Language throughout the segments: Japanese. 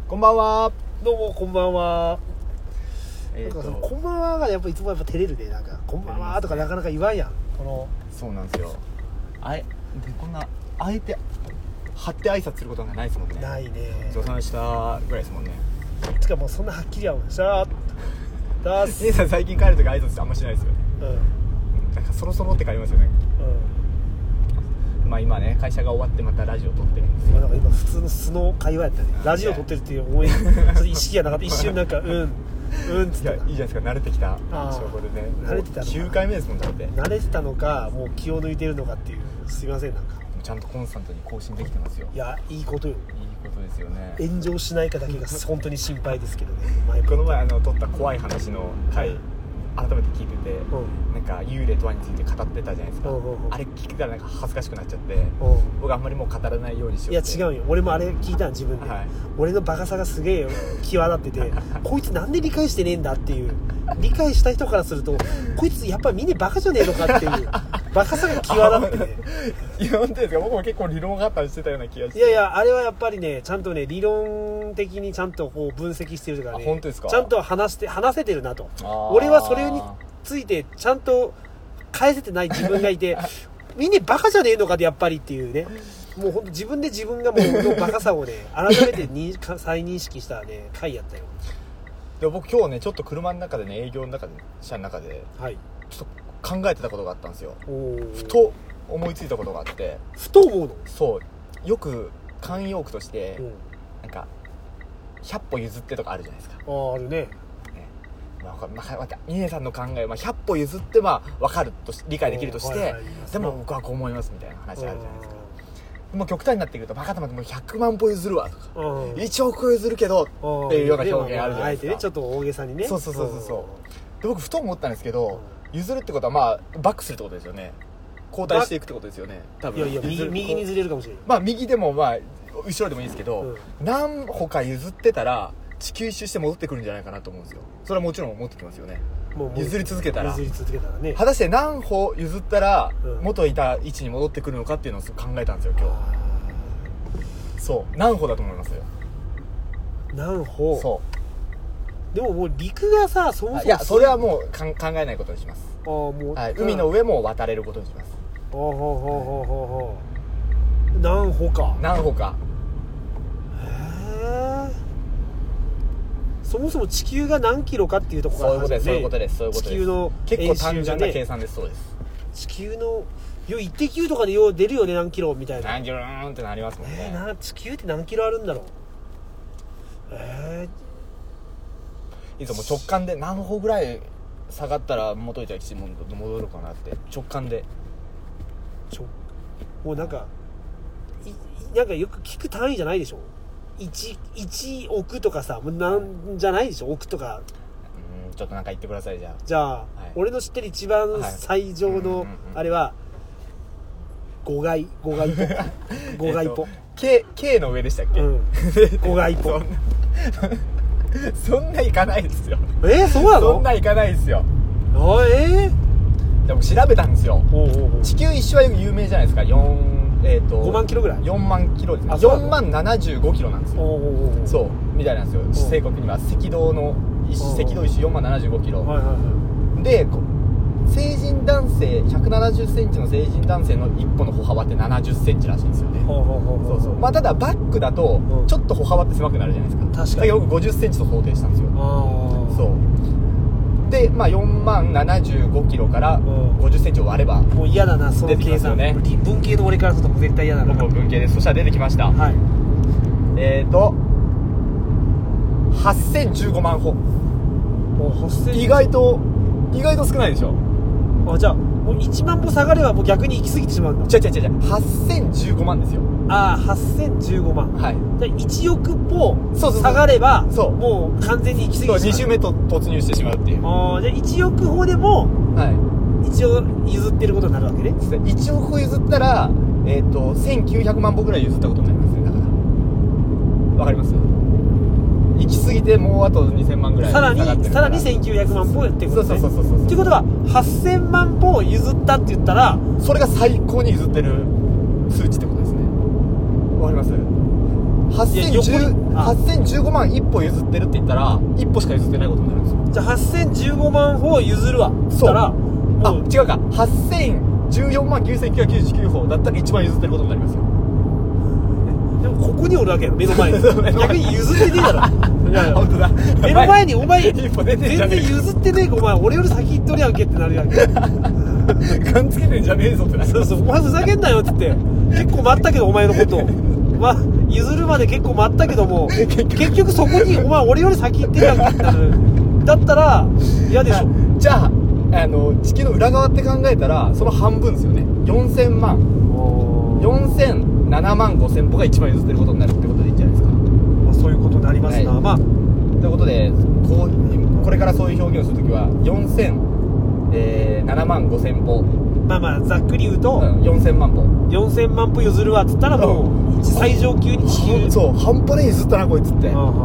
こんばんは。 どうもこんばんは。なんかそのこんばんはがやっぱいつもやっぱ照れるね。なんかこんばんはとかなかなか言わんやん。このそうなんですよ。でこんなあえて張って挨拶することがないですもんね。 ないね。 お疲れ様でしたぐらいですもんね。 つかもうそんなはっきりはもんしゃーだす。 姉さん最近帰るとき挨拶あんましないですよね。なんかそろそろって帰りますよね。まあ今ね会社が終わってまたラジオ撮ってるんですよ。 なんか今普通の素の会話やったね。ラジオ撮ってるっていう思いちょっと意識がなかった。一瞬なんかうんっつって。 いやいいじゃないですか、慣れてきた証拠でね。 慣れてたのか 9回目ですもんだって。 慣れてたのかもう気を抜いてるのかっていう。すいませんなんか。 ちゃんとコンスタントに更新できてますよ。 いやいいことよ。 いいことですよね。 炎上しないかだけが本当に心配ですけどね。 この前撮った怖い話の回改めて聞いてて、なんか幽霊とはについて語ってたじゃないですか。あれ聞いたらなんか恥ずかしくなっちゃって、僕あんまりもう語らないようにしようって。 いや違うよ、俺もあれ聞いたの自分で、俺のバカさがすげえ際立っててこいつなんで理解してねえんだっていう、理解した人からするとこいつやっぱりみんなバカじゃねえのかっていうバカさが際立ってね。 いや本当ですか。僕も結構理論があったりしてたような気がして。 いやいやあれはやっぱりねちゃんとね理論的にちゃんとこう分析してるからね。 本当ですか。 ちゃんと話せてるなと。俺はそれについてちゃんと返せてない自分がいてみんなバカじゃねえのかでやっぱりっていうね。もう本当自分で自分がもうのバカさをね改めて再認識したね回やったよ。 で僕今日ねちょっと車の中でね営業の中で車の中でちょっと考えてたことがあったんですよ。ふと思いついたことがあって。 ふと思うの。 そうよく慣用句として、なんか100歩譲ってとかあるじゃないですか。 あるね。 峰さんの考えは100歩譲って分かると理解できるとして、でも僕はこう思いますみたいな話あるじゃないですか。もう極端になってくるとバカ玉でも100万歩譲るわとか1億歩譲るけどっていうような表現あるじゃないですか。 あえてねちょっと大げさにね。 そうで僕ふと思ったんですけど、譲るってことはまあバックするってことですよね。交代していくってことですよね多分。 いや右にずれるかもしれない。 まあ右でもまあ後ろでもいいですけど、何歩か譲ってたら地球一周して戻ってくるんじゃないかなと思うんですよ。それはもちろん戻ってきますよね。譲り続けたらね。 果たして何歩譲ったら元いた位置に戻ってくるのかっていうのを考えたんですよ今日。そう何歩だと思いますよ。 何歩。 そうでももう陸がさそもそもいやそれはもう考えないことにします。海の上も渡れることにします。 何歩か。そもそも地球が何キロかっていうところから始めて。 そういうことです。 地球の結構単純な計算です。そうです。 地球の一滴とかでよう出るよね何キロみたいな。 何キローンってなりますもんね。 地球って何キロあるんだろう。 いつも直感で何歩ぐらい下がったら元いた位置に戻るかなって直感で。 もうなんかよく聞く単位じゃないでしょ。1億とかさもうなんじゃないでしょ。億とか。 ちょっとなんか言ってください。じゃあ、 俺の知ってる一番最上のあれは5階歩 K の上でしたっけ。 5階歩そんないかないですよ。 そうなの。 そんないかないですよ。でも調べたんですよ。地球一周は有名じゃないですか。 5万キロぐらい。 4万キロですね。4万75キロなんですよ。そうみたいなんですよ。正確には赤道一周4万75キロで、成人男性170センチの成人男性の一歩の歩幅って70センチらしいんですよね。まあただバックだとちょっと歩幅って狭くなるじゃないですか。 確かに僕50センチと想定したんですよ。そうでまあ4万75キロから50センチを割ればもう嫌だなその計算ね。文系の俺からすると絶対嫌だな。 僕も文系です。そしたら出てきました。8015万歩。意外と少ないでしょ。 じゃあもう1万歩下がればもう逆に行き過ぎてしまうんだ。 違う8015万ですよ。 8015万。じゃあ1億歩下がればもう完全に行き過ぎてしまう。 2周目と突入してしまうっていう。 じゃあ1億歩でも一応譲ってることになるわけね。 1億歩譲ったら1900万歩ぐらい譲ったことになりますね。だからわかります。行き過ぎてもうあと2000万ぐらいさらに1900万歩ってことね。そうっていうことは8000万歩譲ったって言ったらそれが最高に譲ってる数値ってことですね。わかります。 8015万一歩譲ってるって言ったら一歩しか譲ってないことになるんですよ。 じゃあ8015万歩を譲るわっつったら、 違うか、8014万9999歩だったら1万譲ってることになりますよ。 でもここにおるわけよ、目の前に。逆に譲ってねえだろ。 本当だ。 目の前にお前一歩出てんじゃ全然ねえ譲ってねえか、お前俺より先行っとるやんけってなるやんけ。 ガンつけてんじゃねえぞってなる。 そうそう、お前ふざけんなよって言って、結構待ったけどお前のこと譲るまで結構待ったけども結局そこにお前俺より先行ってるやんけってなる。だったら嫌でしょ。 じゃあ地球の裏側って考えたらその半分ですよね。4000万4007万5000歩が1万譲ってることになるってことでいいんじゃないですか。 そういうことになりますな、 はい、ということでこれからそういう表現をするときは7万5000歩、 ざっくり言うと、 4000万歩 4000万歩譲るわっつったらもう最上級に地球そう半端ない譲ったなこいつって。例えば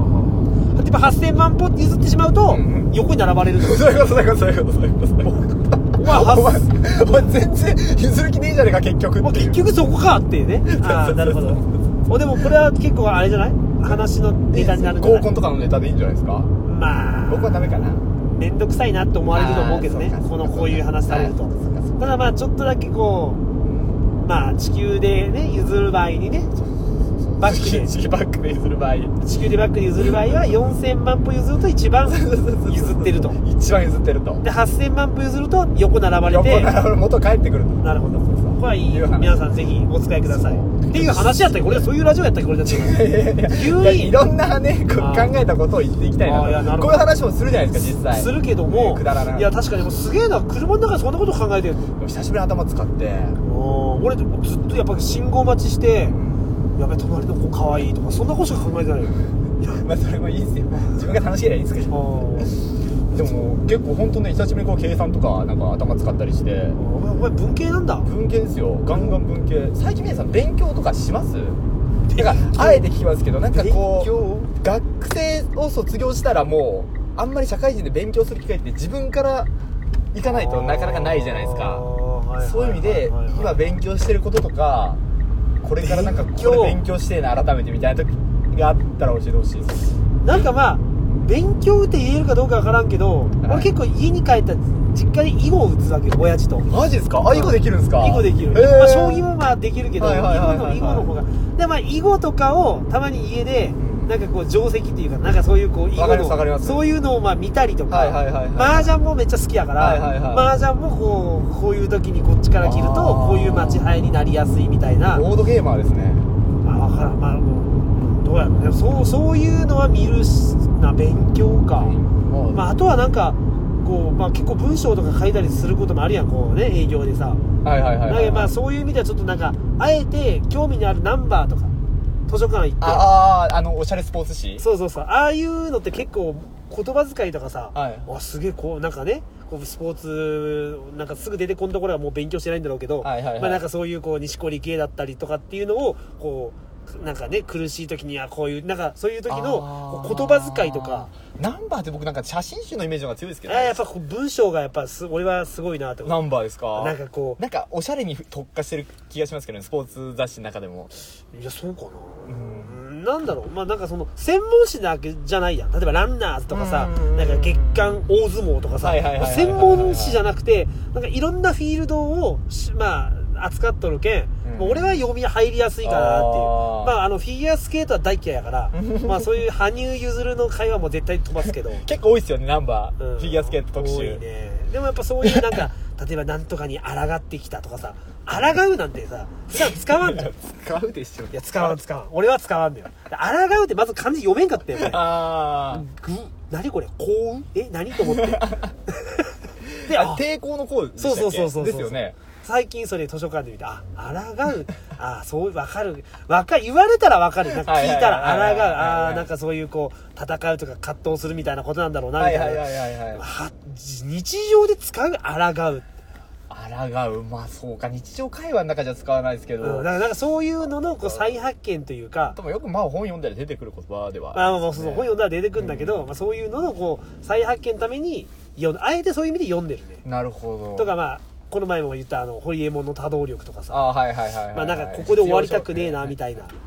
8000万歩譲ってしまうと、横に並ばれる。 そういうことお前全然譲る気ねえじゃねえか結局っていう。 結局そこかっていうね。なるほど。でもこれは結構あれじゃない、話のネタになるんじゃない。 合コンとかのネタでいいんじゃないですか。僕はダメかな。 めんどくさいなって思われると思うけどね、こういう話されると。ただちょっとだけこう地球でね譲る場合にね、バックで譲る場合地球でバックで譲る場合は4000万歩譲ると一番譲ってると一番譲ってると。 で8000万歩譲ると横並ばれて元帰ってくると。 なるほど、これはいい。皆さんぜひお使いくださいっていう話やったっけ。これはそういうラジオやったっけこれだって急にいろんなね考えたことを言っていきたいなと。こういう話もするじゃないですか実際。 するけども、いや確かにもうすげえな、車の中でそんなこと考えてる。 久しぶりに頭使って。 俺ずっとやっぱ信号待ちして、やべ隣の子可愛いとかそんなことしか考えてないよ。 それもいいですよ、自分が楽しければいいですけど。でも結構本当ね久しぶりに計算とかなんか頭使ったりして。 お前文系なんだ。 文系ですよ、ガンガン文系。最近皆さん勉強とかします？てかあえて聞きますけど、なんかこう学生を卒業したらもうあんまり社会人で勉強する機会って自分から行かないとなかなかないじゃないですか。そういう意味で今勉強してることとか、これからなんかこれ勉強してえな改めてみたいな時があったら教えてほしいです。 なんか勉強って言えるかどうかわからんけど、俺結構家に帰ったら実家で囲碁を打つわけよ、親父と。 マジですか？囲碁できるんですか？ 囲碁できる。将棋もできるけど、囲碁の方が。で囲碁とかをたまに家でなんかこう定石っていうかなんかそういうこう囲碁のそういうのを見たりとか、麻雀もめっちゃ好きやから、麻雀もこういう時にこっちから切るとこういう待ち配になりやすいみたいな。 ボードゲーマーですね。 分からん。どうやろうね。そういうのは見るしな、勉強か。あとはなんかこう結構文章とか書いたりすることもあるやん、こうね営業でさ。そういう意味ではちょっとなんかあえて興味のあるナンバーとか図書館行っておしゃれスポーツ誌。 そうああいうのって結構言葉遣いとかさ、すげえこうなんかねスポーツなんかすぐ出てこんところはもう勉強してないんだろうけど、なんかそういうこう錦織系だったりとかっていうのをこうなんかね苦しい時にはこういうなんかそういう時の言葉遣いとか。 ナンバーって僕なんか写真集のイメージが強いですけどね。 やっぱ文章がやっぱ俺はすごいなと。 ナンバーですか？ なんかこうなんかおしゃれに特化してる気がしますけどね、スポーツ雑誌の中でも。 いやそうかな。なんだろう、なんかその専門誌だけじゃないやん。例えばランナーズとかさ、なんか月刊大相撲とかさ、専門誌じゃなくてなんかいろんなフィールドを扱っとるけん、俺は読み入りやすいかなっていう。フィギュアスケートは大嫌いやからそういう羽生結弦の会話も絶対飛ばすけど結構多いですよね、ナンバー、フィギュアスケート特集。多いね。でもやっぱそういうなんか例えばなんとかに抗ってきたとかさ、抗うなんてさ普段使わんじゃん。 使うでしょ。 いや使わん俺は使わんだよ。抗うってまず漢字読めんかったよね。何これ幸運何と思ってで抵抗の項でしたっけ？ そうですよね。 最近それ図書館で見て、抗う、そう分かる、言われたら分かる、なんか聞いたら抗う、なんかそういうこう戦うとか葛藤するみたいなことなんだろうなみたいな。日常で使う抗う。そうか、日常会話の中じゃ使わないですけど、 なんかそういうののこう再発見というか。 でもよく本読んだら出てくる言葉では、 本読んだら出てくるんだけど、そういうののこう再発見のためにあえてそういう意味で読んでるね。 なるほど。 とかこの前も言ったホリエモンの多動力とかさ、 なんかここで終わりたくねえなみたいな。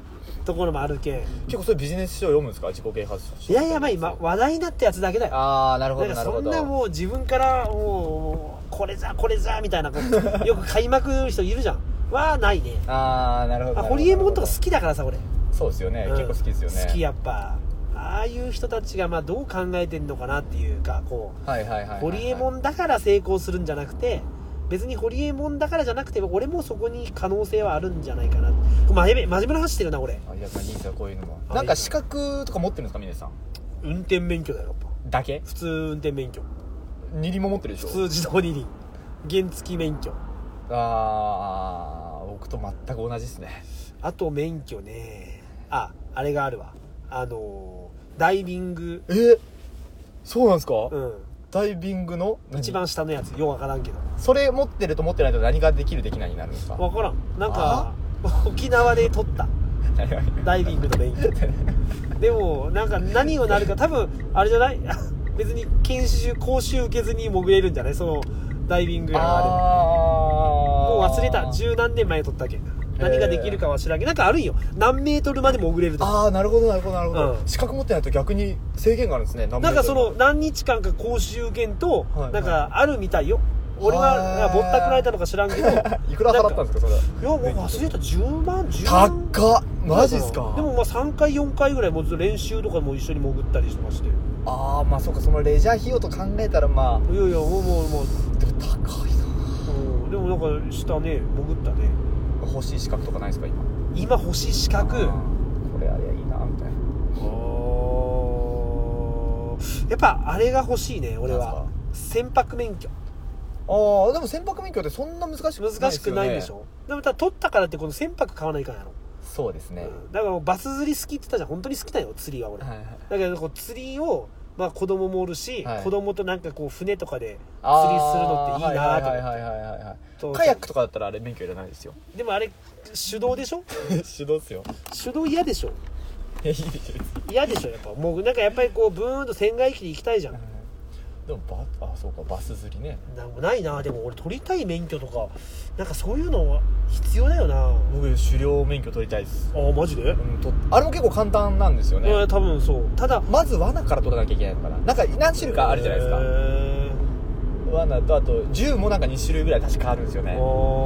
ところもあるけん。 結構そういうビジネス書を読むんですか、自己啓発書。 いやいや、まあ今話題になったやつだけだよ。 ああ、なるほどなんかなるほど。 そんなもう自分からもうこれじゃみたいなよく買いまくる人いるじゃんはないね。 ああ、なるほど。 ホリエモンとか好きだからさ俺。 そうですよね、結構好きですよね。 好きやっぱ。ああいう人たちがまあどう考えてんのかなっていうか、こう、ホリエモンだから成功するんじゃなくて、別にホリエモンだからじゃなくて俺もそこに可能性はあるんじゃないかな。真面目な話してるな俺。 いや、いいですよこういうのも。なんか資格とか持ってるんですか、峰さん。 運転免許だよやっぱ。 だけ？ 普通運転免許。 二輪も持ってるでしょ。 普通自動二輪。原付免許。 ああ、僕と全く同じですね。 あと免許ね。あれがあるわ。ダイビング。 そうなんですか？ うん。 ダイビングの一番下のやつようわからんけど。 それ持ってると持ってないと何ができるできないになるんですか？ わからん。なんか沖縄で取ったダイビングの免許。でもなんか何をなるか多分あれじゃない？別に講習受けずに潜れるんじゃない？そのダイビングやあれ。もう忘れた。十何年前に取ったっけ。何ができるかは知らんけど、なんかあるんよ。何メートルまで潜れると。 ああ、なるほどなるほどなるほど、資格持ってないと逆に制限があるんですね。 なんかその何日間か講習受けんと、なんかあるみたいよ。俺はぼったくられたのか知らんけど。 いくら払ったんですかそれ？いやもう忘れた。10万高っ。マジっすか？ でもまあ3回4回ぐらいもう練習とかも一緒に潜ったりしてまして。 ああ、まあそうか、そのレジャー費用と考えたらまあ。 いやいやもうでも高いな。 でもなんか下ね潜ったね。 欲しい資格とかないですか今欲しい資格。 これあれいいなみたいな。 やっぱあれが欲しいね俺は。船舶免許。 ああ、でも船舶免許ってそんな難しくないですよね。 難しくないでしょ。でもただ取ったからってこの船舶買わないからやろ。 そうですね、 だからバス釣り好きって言ったじゃん。本当に好きだよ釣りは俺、だけどこう釣りをまあ子供もおるし、子供となんかこう船とかで釣りするのっていいなと思って。 カヤックとかだったらあれ免許いらないですよ。 でもあれ手動でしょ？ 手動っすよ。 手動嫌でしょ？ いいでしょ。 嫌でしょやっぱ。もうなんかやっぱりこうブーンと船外機で行きたいじゃん。 でもそうか、バス釣りね。 なんもないな。でも俺取りたい免許とかなんかそういうの必要だよな。 僕狩猟免許取りたいです。 マジで？ あれも結構簡単なんですよね。 多分そう。ただまず罠から取らなきゃいけないのかな。なんか何種類かあるじゃないですか。罠とあと銃もなんか2種類ぐらい確かあるんですよね。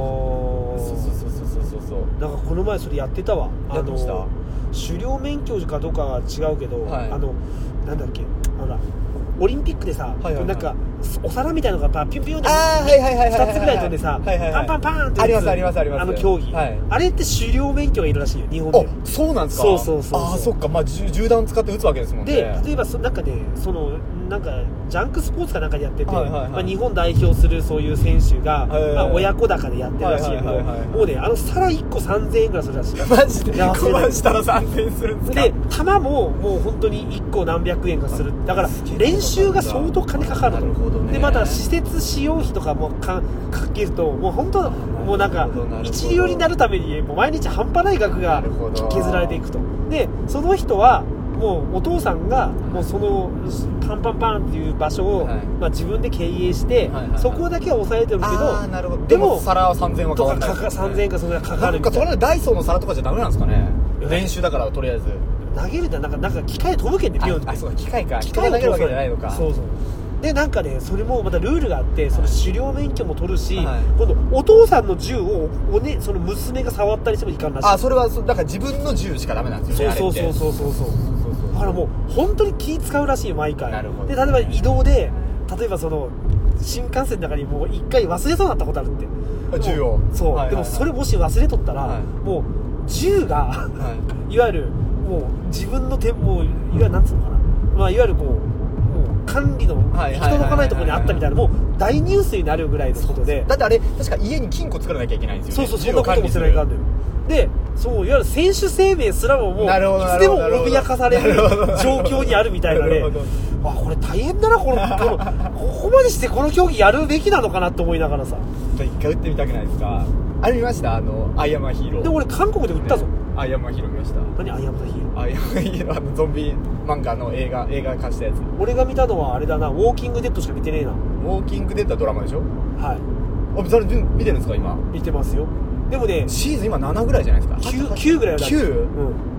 そうなんかこの前それやってたわ。 やってました。 狩猟免許かどうかは違うけど、なんだっけ、オリンピックでさ、なんかお皿みたいなのがピュンピュンって2つぐらい飛んでさ、パンパンパンってありますありますあります。 競技、あれって狩猟免許がいるらしいよ日本で。 そうなんですか？そうそっか。まあ銃弾使って撃つわけですもんね。 で例えばなんかね、そのなんかジャンクスポーツかなんかでやってて、日本代表するそういう選手が、親子高でやってるらしいけど、もうね皿1個3000円ぐらいするらしい。 マジで小判したら3000円するんですか？で玉ももう本当に1個何百円かする。だから練習が相当金かかると。でまた施設使用費とかもかけるともう本当もうなんか一流になるためにもう毎日半端ない額が削られていくと。でその人はもうお父さんがもうそのパンパンパンっていう場所を、まあ、自分で経営して、そこだけは抑えてるけど、 でも皿は3000円はかかんないですね。 3000円かそれがかかるみたいな。 それダイソーの皿とかじゃダメなんですかね？練習だからとりあえず投げるんだ。なんか機械飛ぶけんね。 そう機械か。機械投げるわけじゃないのか。そうでなんかね、それもまたルールがあって、その狩猟免許も取るし、今度お父さんの銃をその娘が触ったりしてもいかんらしい。 それはだから自分の銃しかダメなんですよね。 そうだからもう本当に気使うらしいよ毎回。で例えば移動で例えばその新幹線の中にもう一回忘れそうになったことあるって。銃を。でもそれもし忘れとったら、もう銃がいわゆるもう自分のもういわゆるなんつうのかな、まあいわゆるこう管理の行き届かないところにあったみたいな、もう大ニュースになるぐらいのことで。 だってあれ確か家に金庫作らなきゃいけないんですよね。 そんなこともせないかんのよ。でそういわゆる選手生命すらももういつでも脅かされる状況にあるみたいなね。これ大変だな、ここまでしてこの競技やるべきなのかなと思いながらさ。 一回打ってみたくないですか？あれ見ました？アイアムヒーロー。 で俺韓国で売ったぞ。 アイアムヒーロー見ました。 何アイアムヒーロー？ アイアムヒーローゾンビ漫画の映画化したやつ。 俺が見たのはあれだな、ウォーキングデッドしか見てねえな。 ウォーキングデッドはドラマでしょ？ はい。 それ見てるんですか今？ 見てますよ。でもねシーズン今7ぐらいじゃないですか。 9ぐらいだ。 9？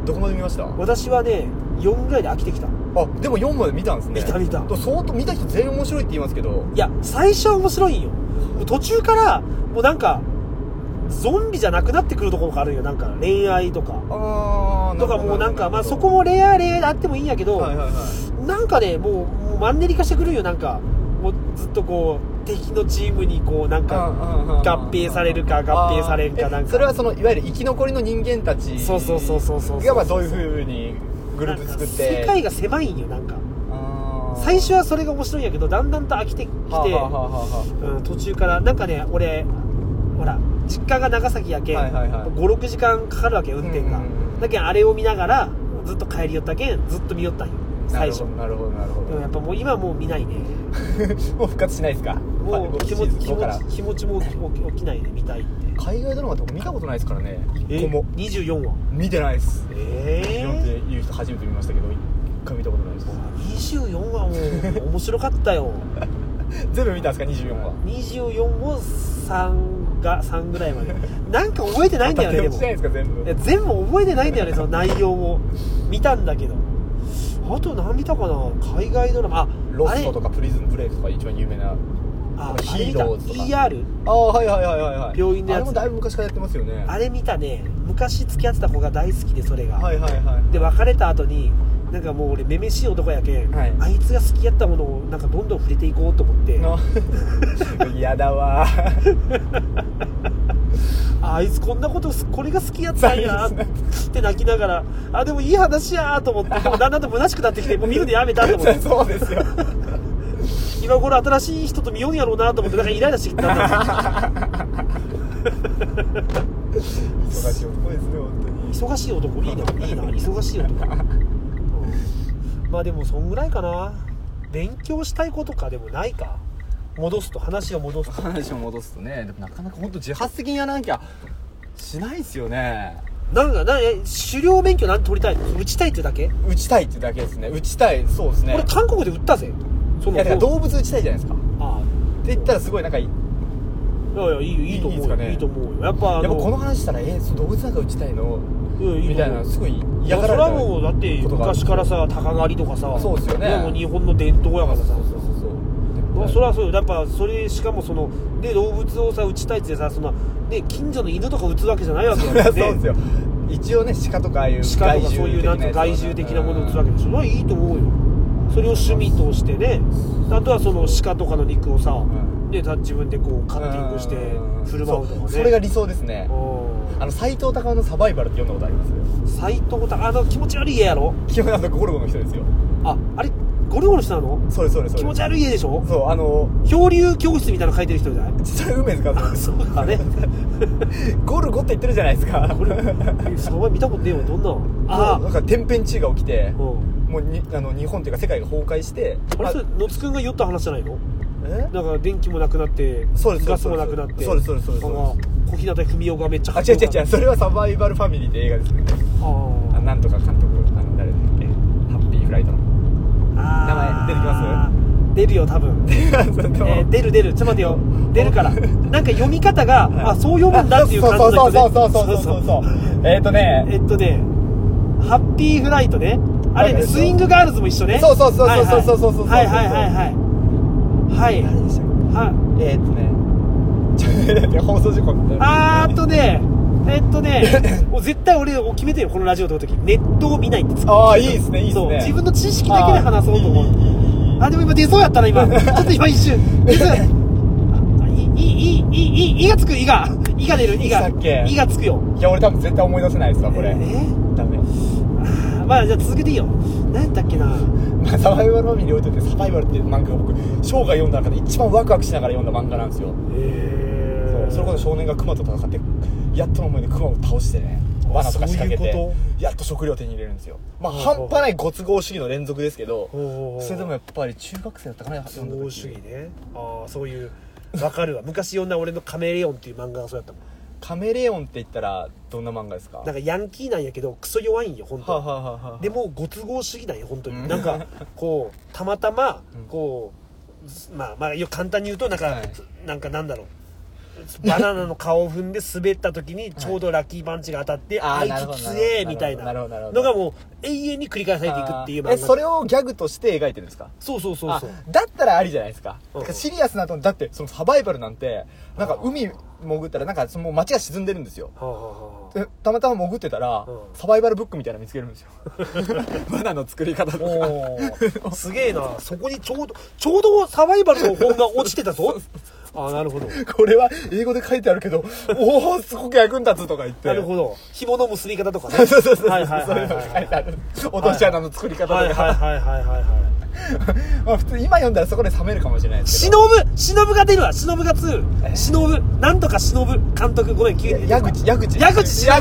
どこまで見ました？ 私はね4ぐらいで飽きてきた。 あ、でも4まで見たんですね。 見た相当見た人全員面白いって言いますけど、 いや最初は面白いんよ。途中からもうなんかゾンビじゃなくなってくるところがあるよ。なんか恋愛とかとかもうなんかまあそこも恋愛であってもいいんやけど、 はいはいはい、 なんかねもうマンネリ化してくるよ。なんかもうずっとこう敵のチームにこうなんか合併されるか合併されんかなんか、 それはそのいわゆる生き残りの人間たちそうがまあそういう風にグループ作って世界が狭いんよ。なんか最初はそれが面白いんやけどだんだんと飽きてきて、途中からなんかね俺ほら実家が長崎やけん、5,6 時間かかるわけ運転が、だけんあれを見ながらずっと帰り寄ったけんずっと見よったんよ最初。 なるほどでもやっぱもう今もう見ないねもう復活しないですか？ もう気持ちも起きないね見たいって。 海外ドラマとか見たことないですからね。 24話見てないです。24っていう人初めて見ましたけど一回見たことないです。 24話も面白かったよ全部見たんですか？24話 24も3ぐらいまでなんか覚えてないんだよね。でも全部覚えてないんだよねその内容も見たんだけど。あと何見たかな海外ドラマ。 ロストとかプリズンブレイクとか一番有名なヒーローズとか ER。 はい病院のやつ。 あれもだいぶ昔からやってますよね。 あれ見たね。昔付き合ってた子が大好きでそれが、で別れた後になんかもう俺めめしい男やけん、あいつが好きやったものをなんかどんどん触れていこうと思って嫌だわあいつこんなことこれが好きやったんやって泣きながらでもいい話やと思ってでもだんだんと虚しくなってきてもう見るのやめたと思ってそうですよ今頃新しい人と見ようんやろうなと思ってなんかイライラしてきたんだ忙しい男ですね本当に。 忙しい男いいな忙しい男、まあでもそんぐらいかな。勉強したいことかでもないか。話を戻すとね。でもなかなか本当自発的にやらなきゃしないですよね。なんか狩猟勉強何取りたいの？打ちたいってだけ？打ちたいってだけですね。そうですね。俺韓国で打ったぜ。いや動物打ちたいじゃないですか。って言ったらすごいなんかいいと思うよ。いいと思うよ。やっぱこの話したら動物なんか打ちたいのみたいなすごい嫌がられた。それはもうだって昔からさ鷹狩りとかさ、そうですよね。もう日本の伝統やからさ。それはそうよ。やっぱそれしかもそので動物をさ打ちたいってさそのね近所の犬とか打つわけじゃないわけだよね。そうですよ。一応ね鹿とかああいうそういうなんて害獣的なものを打つわけでしょ。それはいいと思うよ。それを趣味としてね。あとはその鹿とかの肉をさ、自分でこうカッティングして振る舞うとかね。それが理想ですね。斎藤隆のサバイバルって読んだことあります？斎藤隆気持ち悪い家やろ。ゴルゴの人ですよ。あれゴルゴの人なの？そうです気持ち悪い家でしょ。そう漂流教室みたいなの書いてる人じゃない？それ梅津か。そうだねゴルゴって言ってるじゃないですか。これその前見たことねえわ。どんななんか天変地異が起きてもう日本っていうか世界が崩壊して。あれそれ野津くんが酔った話じゃないの？なんか電気もなくなってガスもなくなってそうです小日向文雄がめっちゃ違うそれはサバイバルファミリーって映画ですね。なんとか監督誰だっけハッピーフライトの名前出てきます？出るよ多分出るちょっと待ってよ出るからなんか読み方がそう読むんだっていう感じの人そうハッピーフライトね。あれスイングガールズも一緒ね。そうはい放送事故もう絶対俺を決めてよこのラジオ撮るときネットを見ないって。いいですね自分の知識だけで話そうと思う。でも今出そうやったな今ちょっと今一瞬出そうやいがつくいが出るいがつくよ。いや俺多分絶対思い出せないですわこれ。ダメ。まあじゃあ続けていいよ。何やったっけな。サバイバルファミリー置いといてサバイバルっていう漫画が僕生涯読んだ中で一番ワクワクしながら読んだ漫画なんですよ。それこそ少年がクマと戦ってやっとの思いでクマを倒してね罠とか仕掛けてやっと食料を手に入れるんですよ。半端ないご都合主義の連続ですけどそれでもやっぱり中学生だったかな。ご都合主義ね。そういうわかるわ。昔読んだ俺のカメレオンっていう漫画がそうやったもん。カメレオンって言ったらどんな漫画ですか？なんかヤンキーなんやけどクソ弱いんよ本当に。でもご都合主義なんよ本当に。なんかこうたまたまこう簡単に言うとなんかなんだろうバナナの皮を踏んで滑った時にちょうどラッキーパンチが当たって、あいつつえみたいなのがもう永遠に繰り返されていくっていう漫画。 それをギャグとして描いてるんですか？ そうだったらありじゃないですか。シリアスなと、だってそのサバイバルなんてなんか海潜ったらなんかその街が沈んでるんですよ。でたまたま潜ってたらサバイバルブックみたいなの見つけるんですよ。バナナの作り方とか。 すげえな。そこにちょうどサバイバルの本が落ちてたぞ。なるほど。 これは英語で書いてあるけど、おおすごく役に立つとか言って。 なるほど。紐の結び方とかね。 そうそうそういうのが書いてある。落とし穴の作り方とか。まあ普通今読んだらそこで冷めるかもしれないですけど。 忍が出るわ。忍が2。忍なんとか忍監督。ごめん急に。 矢口よかった。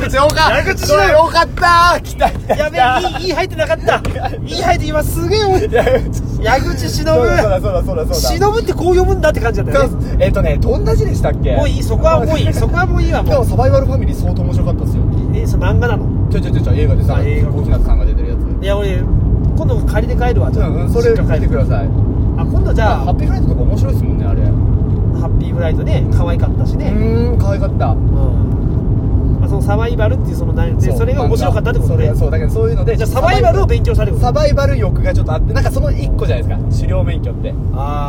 来た。 やべえ、いい入ってなかった。いい入って今すげえ多い。矢口忍。 そうだ。 忍ってこう読むんだって感じだったよね。 どんな字でしたっけ？ もういい、そこはもういいわ。 でもサバイバルファミリー相当面白かったですよ。 それ漫画なの？ 映画でさ、小日向さんが出てるやつ。 いや俺今度借りて帰るわ。 それ見てください。 今度じゃあハッピーフライトとか面白いですもんね、あれ。 ハッピーフライトね、可愛かったしね。 可愛かった。 そのサバイバルっていうそれが面白かったってことね。 そうだけどそういうので、 じゃあサバイバルを勉強したってこと？ サバイバル欲がちょっとあって、なんかその一個じゃないですか、狩猟免許って。 で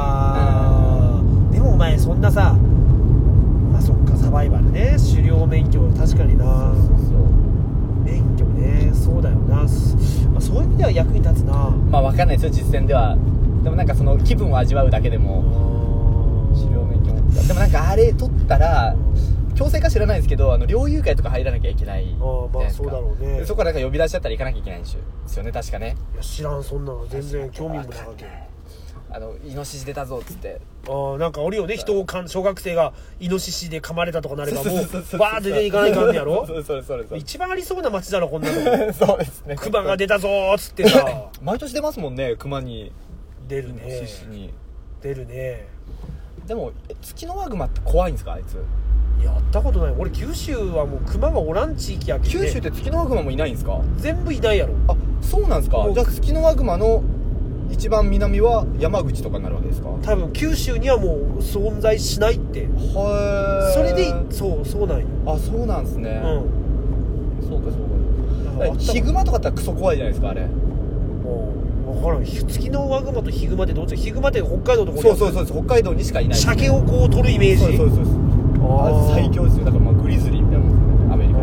もお前そんなさ、そっかサバイバルね、狩猟免許確かにな。免許ね、そうだよな。そういう意味では役に立つな。 わかんないですよ実践では。でもなんかその気分を味わうだけでも狩猟免許も。でもなんかあれ取ったら強制か知らないですけど、猟友会とか入らなきゃいけないじゃないですか。 そうだろうね。 そこからなんか呼び出しちゃったら行かなきゃいけないんですよね、確かね。 いや知らん、そんなの全然興味もなかった。 イノシシ出たぞっつって。 なんかおるよね、人を小学生がイノシシで噛まれたとかなればもうバーって出ていかないかんねやろ。 そう一番ありそうな街だろこんなの。 そうですね。 クマが出たぞーっつってさ。 毎年出ますもんね、クマに。 出るね。 イノシシに出るね。 でもツキノワグマって怖いんですか、あいつ？ やったことない。俺九州はもうクマがおらん地域やけど、ね、 九州ってツキノワグマもいないんですか？ 全部いないやろ。 そうなんですか。じゃあツキノワグマの一番南は山口とかになるわけですか？ 多分九州にはもう存在しないって。それでそうなんよ。 そうなんですね。そうか。ヒグマとかってクソ怖いじゃないですか、あれ。 分からん。ツキノワグマとヒグマってどっち？ヒグマって北海道とか。 そう北海道にしかいない。 鮭をこう取るイメージ。 そう最強ですよ。だからグリズリーみたいなもんですね、アメリカ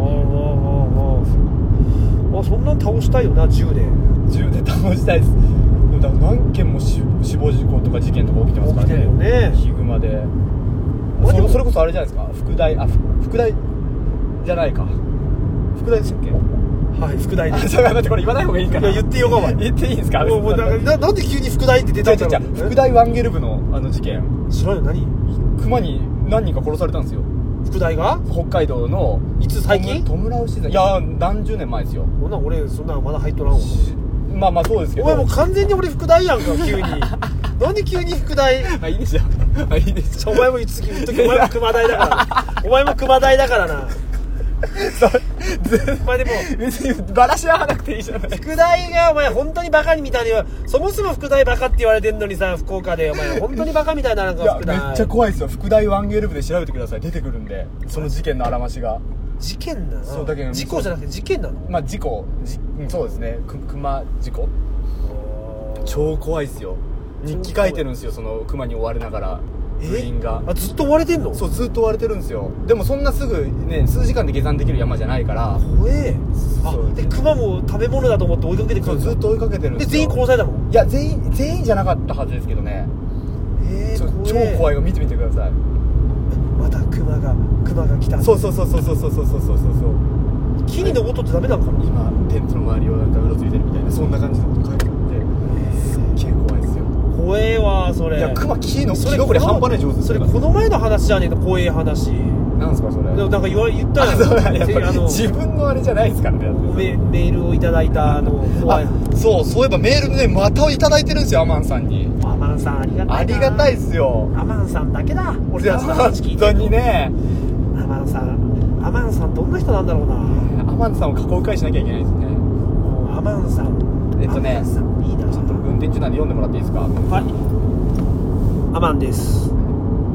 に。 そんなん倒したいよな、銃で倒したいです。だから何件も死亡事故とか事件とか起きてますからね。 起きてるよね、 ヒグマで。それこそあれじゃないですか、副大じゃないか、副大でしたっけ？ はい、副大です。 待って、これ言わない方がいいかな。 言ってよかばい。 言っていいんですか？ なんで急に副大って出たんだろう。 副大ワンゲル部の事件。 知らんよ。何？ 熊に何人か殺されたんですよ。 副大が？ 北海道の。 いつ？最近？ トムラウシーズン。いや何十年前ですよ。 俺そんなまだ入っとらんわ。 まあそうですけど。 お前もう完全に俺副大やんか、急に。なんで急に副大？ いいでしょ。 お前も言っとき、お前も熊大だから。お前も熊大だからな。まあでも別にバラし合わなくていいじゃない。 副大がお前本当にバカにみたいには、そもそも副大バカって言われてんのにさ、福岡でお前本当にバカみたいななんか副大。 めっちゃ怖いですよ。副大ワンゲル部で調べてください。出てくるんで、その事件のあらましが。 事件なの？ そうだけど事故じゃなくて事件なの？ 事故。そうですね。熊事故。超怖いですよ。日記書いてるんですよ、その熊に追われながら。部員がずっと追われてんの？ そう、ずっと追われてるんですよ。でもそんなすぐね、数時間で下山できる山じゃないから。 怖え。で熊も食べ物だと思って追いかけてくるんだ。 ずっと追いかけてるんですよ。 で全員殺されたの？ いや、全員じゃなかったはずですけどね。超怖いよ。見てみてください。 また熊が来た。 そう。木に登っとってダメなのかな？ 今テントの周りをなんかうろついてるみたいな、そんな感じのこと書いてあって、すっげえ怖いですよ。 怖えわそれ。 いや、熊木登り半端ない上手。 それこの前の話じゃねえか、怖え話。 なんすかそれ？ なんか言ったら自分のあれじゃないですからね。 メールをいただいた怖い。 そういえばメールね、またいただいてるんですよ、アマンさんに。 アマンさんありがたいな。 ありがたいですよ。 アマンさんだけだ。俺本当にね。 アマンさんどんな人なんだろうな。 アマンさんを囲う会しなきゃいけないですね。 アマンさんいいな。 ちょっと運転中なんで読んでもらっていいですか？ はい。アマンです。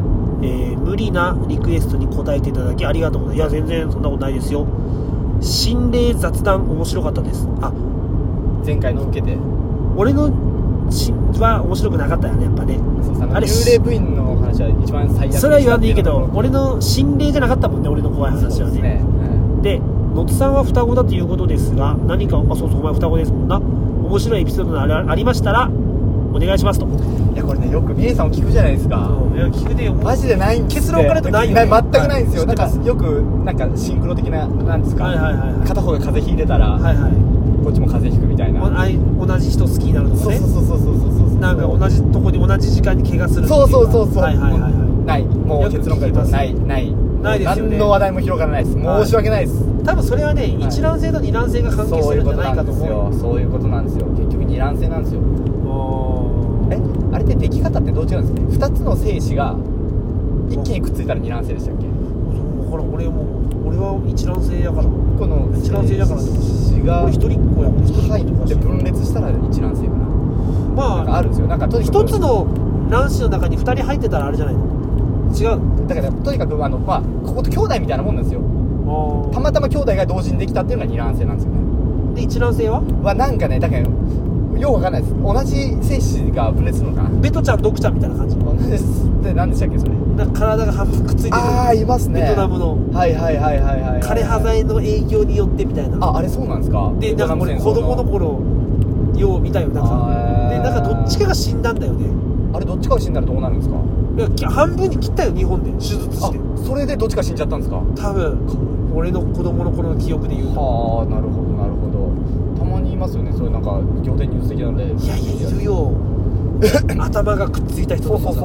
無理なリクエストに答えていただきありがとうございます。いや全然そんなことないですよ。心霊雑談面白かったです。 前回の受けて俺のは面白くなかったよねやっぱね。 あれ幽霊部員の話は一番最悪。 それは言わんでいいけど俺の心霊じゃなかったもんね、俺の怖い話はね。で野津さんは双子だということですが、何かそうお前双子ですもんな。面白いエピソードがありましたらお願いしますと。 いやこれねよくミエさんも聞くじゃないですか。 いや聞くでよマジでないんです。 結論から言うとないよね。 全くないんですよ。なんかよくなんかシンクロ的ななんですか、片方が風邪ひいてたら、こっちも風邪ひくみたいな、 同じ人好きになるとかね。 そうなんか同じとこに同じ時間に怪我するっていうか。 そうない。もう結論から言うとないですよね。何の話題も広がらないです。申し訳ないです。 多分それはね一卵性と二卵性が関係するんじゃないかと思う。 そういうことなんですよ。結局二卵性なんですよ。あれって出来方ってどう違うんですかね。2つの精子が一気にくっついたら二卵性でしたっけ。 ほら俺は一卵性やから、 この一卵性だから精子が俺一人っ子やもん。 入って分裂したら一卵性かな。なんかあるんですよ。なんかとにかく一つの卵子の中に2人入ってたらあれじゃないの。違う。 だからとにかくここと兄弟みたいなもんなんですよ。たまたま兄弟が同時にできたっていうのが二卵性なんですよね。 で一卵性はなんかね、だからよくわかんないです。同じ精子が分裂するのかな。 ベトちゃんドクちゃんみたいな感じ。 で何でしたっけそれ。 なんか体が半分くっついてる。 いますね。 ベトナムのはい枯れ葉剤の影響によってみたいな。 あれそうなんですか。 でなんか俺子供の頃よう見たよ。なんかどっちかが死んだんだよね。 あれどっちかが死んだらどうなるんですか。 いや半分に切ったよ日本で手術して。 それでどっちか死んじゃったんですか。 多分俺の子供の頃の記憶で言うと。 なるほどたまにいますよね。そういうなんか仰天ニュース的なんで。 いやいるよ頭がくっついた人とかさ。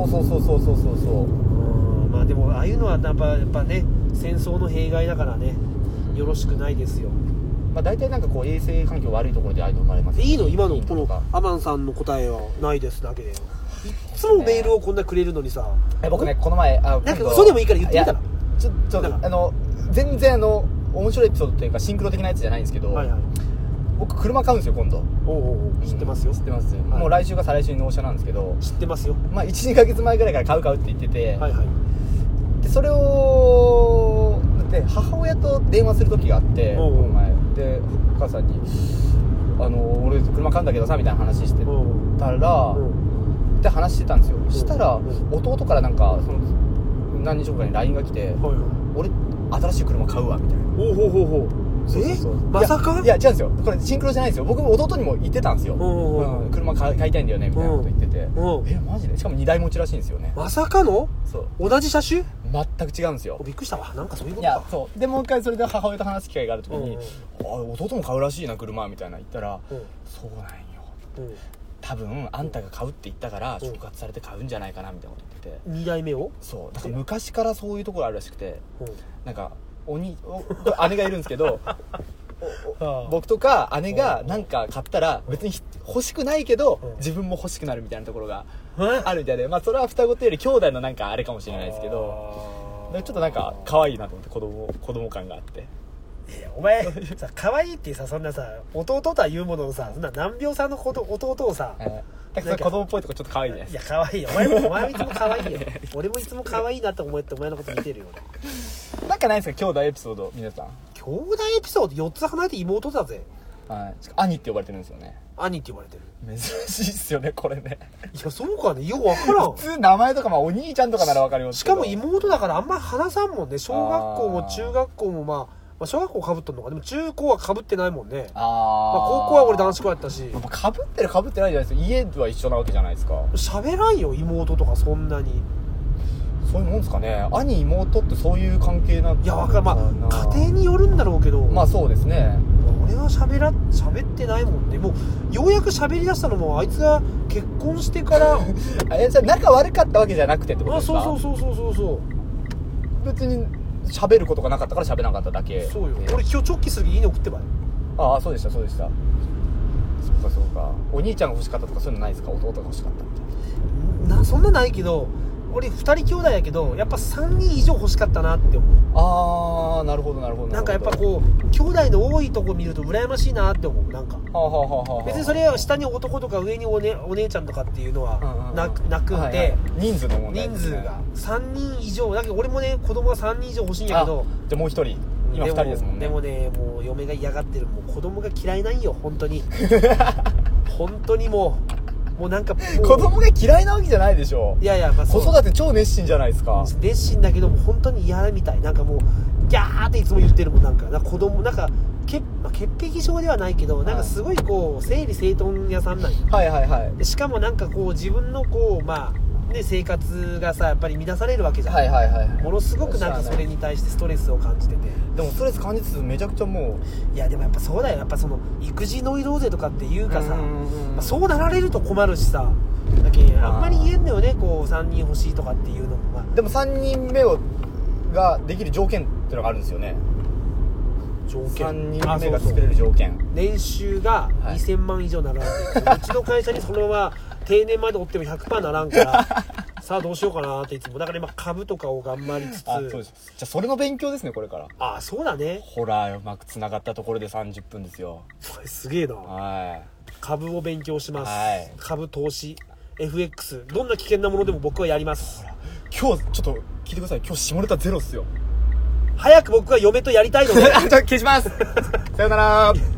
そうまあでもああいうのはやっぱね戦争の弊害だからねよろしくないですよ。 大体なんかこう衛生環境悪いところでああいうの生まれます。 いいの今のこのアマンさんの答えはないですだけでいつもメールをこんなくれるのにさ。 僕ねこの前なんか嘘でもいいから言ってみたら。 ちょっと全然面白いエピソードというかシンクロ的なやつじゃないんですけど、僕車買うんですよ今度。 知ってますよ。 知ってます。もう来週か再来週に納車なんですけど。 知ってますよ。 1,2 ヶ月前ぐらいから買うって言ってて、でそれをで母親と電話する時があってこの前でお母さんに俺車買うんだけどさみたいな話してたらって話してたんですよ。したら弟からなんかその何日後かに LINE が来て、俺新しい車買うわみたいな。 まさか。 いや違うんですよ。これシンクロじゃないんですよ。僕も弟にも言ってたんですよ。車買いたいんだよねみたいなこと言ってて、マジで。しかも2台持ちらしいんですよね。 まさかの。 そう同じ車種。 全く違うんですよ。 びっくりしたわ。なんかそういうことか。 いやそうでもう一回それで母親と話す機会がある時に、弟も買うらしいな車みたいな言ったら、そうなんよ、多分あんたが買うって言ったから触発されて買うんじゃないかなみたいなこと言ってて、 2代目を。 そうだから昔からそういうところあるらしくて、なんか姉がいるんですけど僕とか姉がなんか買ったら別に欲しくないけど自分も欲しくなるみたいなところがあるみたいで、それは双子っていうより兄弟のなんかあれかもしれないですけど、ちょっとなんか可愛いなと思って子供感があって。 お前さ可愛いってさそんなさ弟とは言うものをさそんな難病さんの弟をさなんか子供っぽいとこちょっと可愛いじゃないですか。 いや可愛いよ。お前もいつも可愛いよ俺もいつも可愛いなって思ってお前のこと見てるよなんかないですか兄弟エピソード。皆さん兄弟エピソード4つ離れて妹だぜ。 兄って呼ばれてるんですよね。 兄って呼ばれてる。 珍しいっすよねこれね。 いやそうかね。よく分からん。 普通名前とかお兄ちゃんとかなら分かりますけど、 しかも妹だからあんまり話さんもんね。小学校も中学校も小学校かぶっとんのか。でも中高はかぶってないもんね。高校は俺男子校やったし。 かぶってるかぶってないじゃないですか。家は一緒なわけじゃないですか。 喋らんよ妹とかそんなに。 そういうもんですかね。兄妹ってそういう関係なんいや分かる。家庭によるんだろうけどそうですね。 俺は喋ってないもんね。もうようやく喋りだしたのもあいつが結婚してからじゃあ仲悪かったわけじゃなくてってことですか。 そう別に喋ることがなかったから喋らなかっただけ。 そうよ。俺今日直帰する時いいの送ってばよ。 そうでしたそうかお兄ちゃんが欲しかったとかそういうのないですか。弟が欲しかったみたいな。 そんなないけど俺2人兄弟やけどやっぱ3人以上欲しかったなって思う。 ああ、なるほどなるほど。 なんかやっぱこう兄弟の多いとこ見ると羨ましいなって思う。なんか別にそれは下に男とか上にお姉ちゃんとかっていうのはなくんで、はいはい、 人数の問題ですね。 人数が3人以上だけど俺もね子供が3人以上欲しいんやけど、 じゃあもう1人今2人ですもんね。 でもねもう嫁が嫌がってる。もう子供が嫌いなんよ本当に本当にもうなんか子供が嫌いなわけじゃないでしょ。 いやいや、まあ、 子育て超熱心じゃないですか。 熱心だけども本当に嫌みたい。なんかもうギャーっていつも言ってるもん。なんか子供なんか潔癖症ではないけど、なんかすごいこう整理整頓屋さんなんよ。 はいはいはい。 しかもなんかこう自分のこうまあね、生活がさやっぱり乱されるわけじゃん。 はいはいはい。 ものすごくなんかそれに対してストレスを感じてて。 でもストレス感じつつめちゃくちゃもう、いやでもやっぱそうだよ。やっぱその育児ノイローゼとかっていうかさ、まあ、そうなられると困るしさ。だけあんまり言えんのよね。こう3人欲しいとかっていうのも、まあ、 でも3人目ができる条件っていうのがあるんですよね。 条件 3人目が作れる条件。 年収が2000万以上ならん、はい、うちの会社にそのまま定年までおっても 100% ならんからさあどうしようかなっていつもだから今株とかを頑張りつつ。 そうです。じゃあそれの勉強ですねこれから。 あ、そうだね。 ほらうまくつながったところで30分ですよ。 すげえな。 はい。 株を勉強します。 はい。 株投資 FX どんな危険なものでも僕はやります。 今日ちょっと聞いてください。今日下ネタゼロっすよ。 早く僕は嫁とやりたいのでじゃあ消しますさよなら